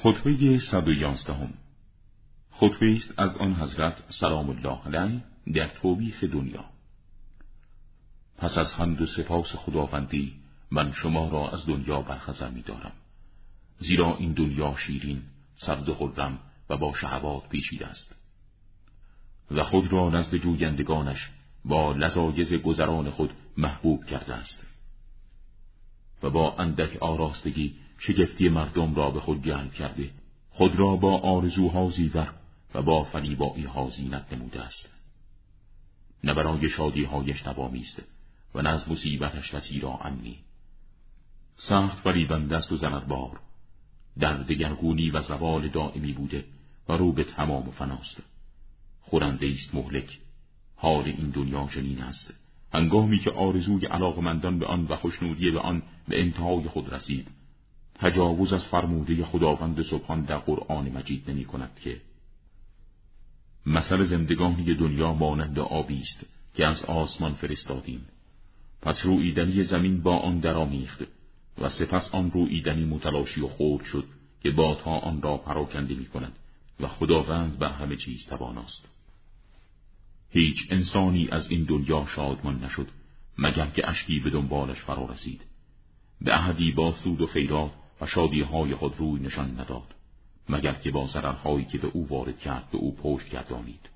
خطبه 111 خطبه است از آن حضرت سلام الله علیه در توبیخ دنیا. پس از حمد و سپاس خداوندی من شما را از دنیا برخزر می دارم، زیرا این دنیا شیرین، سبز و خرم و با شهوات پیچیده است و خود را نزد جویندگانش با لذایذ گذران خود محبوب کرده است و با اندک آراستگی شگفتی مردم را به خود جلب کرده، خود را با آرزوها زیور و با فریبایی ها زینت نموده است. نه برای شادی هایش نوامیست و نه از مصیبتش کسی را امنی. سخت فریبنده است و ضرربار، در دگرگونی و زوال دائمی بوده و رو به تمام و فناست. خورنده است مهلک. حال این دنیا چنین است. هنگامی که آرزوی علاقمندان به آن و خوشنودی به آن به انتهای خود رسید، تجاوز از فرموده خداوند سبحان در قرآن مجید نمی کند که مثل زندگانی دنیا مانند آبی است که از آسمان فرستادیم، پس روییدنی زمین با آن درآمیخت و سپس آن روییدنی متلاشی و خرد شد که بادها آن را پراکنده می کند و خداوند بر همه چیز تواناست. هیچ انسانی از این دنیا شادمان نشد مگر که اشکی به دنبالش فرا رسید، به احدی با سود و خیرات و شادیهای خود روی نشان نداد مگر که با ضررهایی که به او وارد کرد به او پشت گردانید.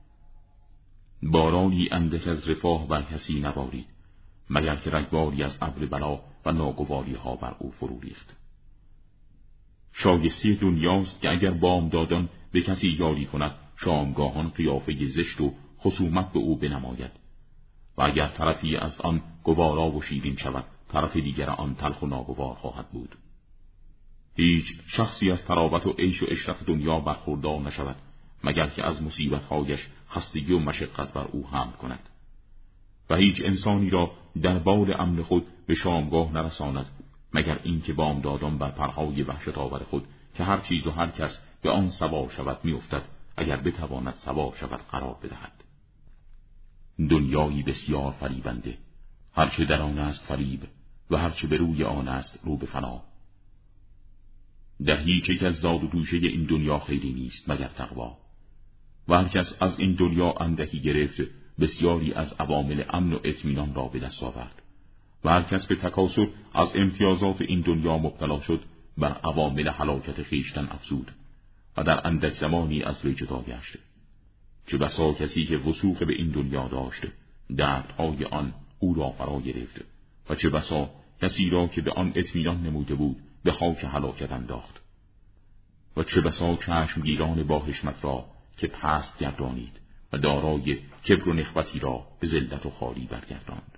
بارانی اندک از رفاه بر کسی نبارید مگر که رگباری از ابر بلا و ناگواری ها بر او فرو ریخت. شایسته دنیاست که اگر بامدادان به کسی یاری کند، شامگاهان قیافه زشت و خصومت به او بنماید و اگر طرفی از آن گوارا و شیرین شود، طرف دیگر آن تلخ و ناگوار خواهد بود. هیچ شخصی از طراوت و عیش و عشرت دنیا برخوردار نشود مگر که از مصیبت‌هایش خستگی و مشقت بر او حمل کند و هیچ انسانی را در بال امن خود به شامگاه نرساند مگر اینکه بامدادان بر پرهای وحشت‌آور خود که هر چیز و هر کس به آن سوار شود میافتد، اگر بتواند سوار شود قرار بدهد. دنیایی بسیار فریبنده، هرچه در آن است فریب و هرچه به روی آن است رو به فنا. در هیچ یک از زاد و دوشه این دنیا خیری نیست مگر تقوا، و هر کس از این دنیا اندکی گرفت بسیاری از عوامل امن و اطمینان را به دست آورد و هر کس به تکاسل از امتیازات این دنیا مبتلا شد بر عوامل هلاکت خویشتن افزود و در اندک زمانی از وی جدا گشت. چه بسا کسی که وثوق به این دنیا داشت دردهای آن او را فرا گرفت و چه بسا کسی را که به آن اطمینان نموده بود به خاک هلاکت انداخت و چه بسا چشمگیران با حشمت را که پست گردانید و دارای کبر و نخوتی را به ذلت و خواری برگرداند.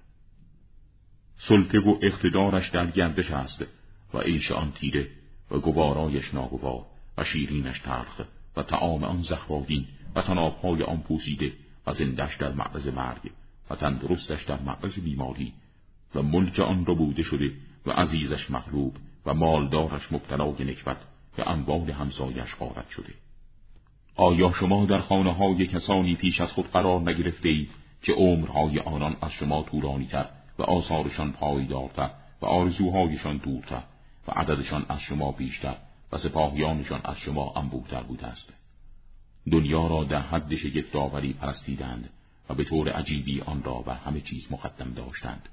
سلطه و اقتدارش در گردش است و عیش آن تیره و گوارایش ناگوار و شیرینش تلخ و طعام آن زهرآگین و طنابهای آن پوسیده و زندش در معرض مرگ و تندرستش در معرض بیماری و ملک آن را بوده شده و عزیزش مغلوب و مالدارش مبتلای نکبت و اموال همسایش غارت شده. آیا شما در خانه‌های کسانی پیش از خود قرار نگرفته اید که عمرهای آنان از شما طولانی‌تر و آثارشان پایدارتر و آرزوهایشان دورتر و عددشان از شما بیشتر و سپاهیانشان از شما انبوه‌تر بوده است؟ دنیا را در حد شگفت‌آوری پرستیدند و به طور عجیبی آن را بر همه چیز مقدم داشتند.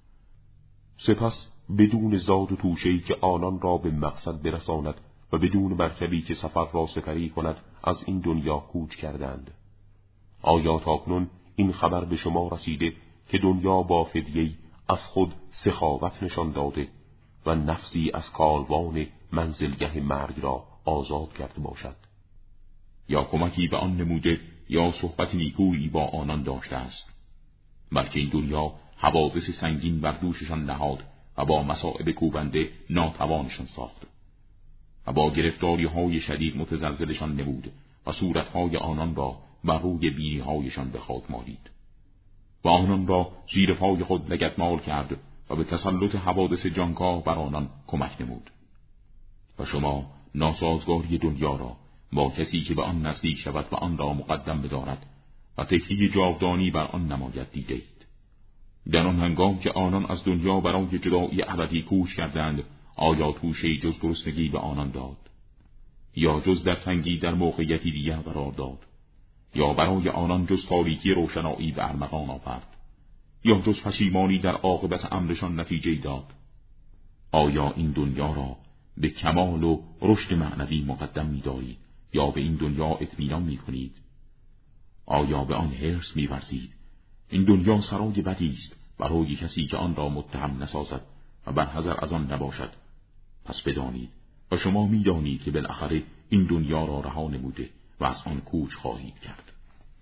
سپس بدون زاد و توشه‌ای که آنان را به مقصد برساند و بدون مرکبی که سفر را سپری کند از این دنیا کوچ کردند. آیا تاکنون این خبر به شما رسیده که دنیا با فدیه‌ای از خود سخاوت نشان داده و نفسی از کاروان منزلگه مرگ را آزاد کرده باشد؟ یا کمکی به آن نموده یا صحبت نیکویی با آنان داشته است؟ بلکه این دنیا حوادث سنگین بر دوششان نهاد و با مصائب کوبنده ناتوانشان ساخت و با گرفتاری های شدید متزلزلشان نمود و صورتهای آنان را بر روی بینی هایشان به خاک مالید و آنان را زیر پای خود لگدمال کرد و به تسلط حوادث جانکاه بر آنان کمک نمود. و شما ناسازگاری دنیا را با کسی که به آن نزدیک شود و آن را مقدم بدارد و تکیه جاودانی بر آن نماید دیده اید. در آن هنگام که آنان از دنیا برای جدایی ابدی کوش کردند، آیا توشه‌ای جز گرسنگی به آنان داد؟ یا جز در تنگی در موقعیتی دیگر قرار داد، یا برای آنان جز تاریکی روشنایی به ارمغان آورد، یا جز پشیمانی در عاقبت امرشان نتیجه داد؟ آیا این دنیا را به کمال و رشد معنوی مقدم می‌دارید یا به این دنیا اطمینان می‌کنید؟ آیا به آن حرص می‌ورزید؟ این دنیا سرای بدی است برای کسی که آن را متهم نسازد و برحذر از آن نباشد. پس بدانید و شما می‌دانید که بالاخره این دنیا را رها نموده و از آن کوچ خواهید کرد.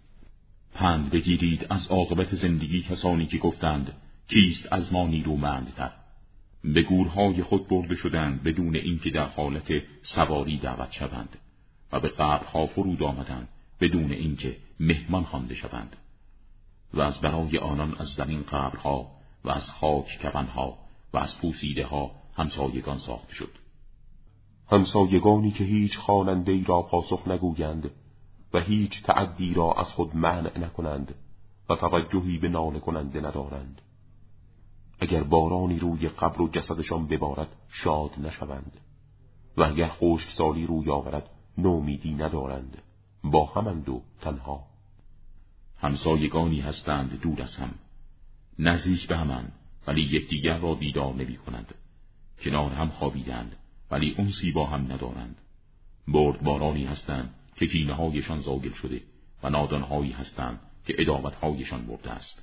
پند بگیرید از عاقبت زندگی کسانی که گفتند کیست از ما نیرومندتر؟ به گورهای خود برده شدند بدون اینکه در حالت سواری دعوت شوند و به قبرها فرود آمدند بدون اینکه مهمان خوانده شوند و از برای آنان از زمین قبرها و از خاک کفنها و از پوسیده ها همسایگان ساخته شد. همسایگانی که هیچ خواننده‌ای را پاسخ نگویند و هیچ تعدی را از خود منع نکنند و توجهی به ناله کننده ندارند. اگر بارانی روی قبر و جسدشان ببارد شاد نشوند و اگر خشکسالی روی آورد نومیدی ندارند، با همند و تنها. همسایگانی هستند دور از هم، نزدیک به همند ولی یکدیگر را دیدار نمی کنند. کنار هم خوابیدند ولی انسی با هم ندارند. بردبارانی هستند که کینه‌هایشان زاگل شده و نادانهایی هستند که عداوت‌هایشان مرده است.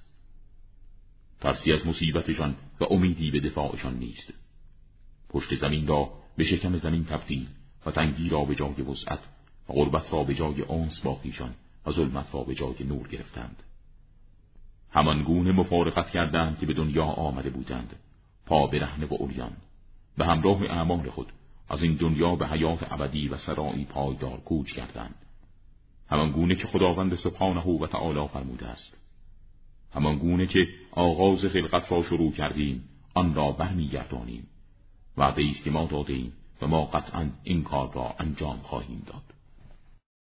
ترسی از مصیبتشان و امیدی به دفاعشان نیست. پشت زمین را به شکم زمین تبدیل و تنگی را به جای وسعت و غربت را به جای انس با خویشان و ظلمت را به جای نور گرفتند. همان گونه مفارقت کردند که به دنیا آمده بودند، پا برهنه و عریان، به همراه اعمال خود از این دنیا به حیات ابدی و سرایی پایدار کوچ کردند. همان گونه که خداوند سبحانه و تعالی فرموده است: همان گونه که آغاز خلقت را شروع کردیم آن را برمیگردانیم. وعده است که ما دادیم و ما قطعاً این کار را انجام خواهیم داد.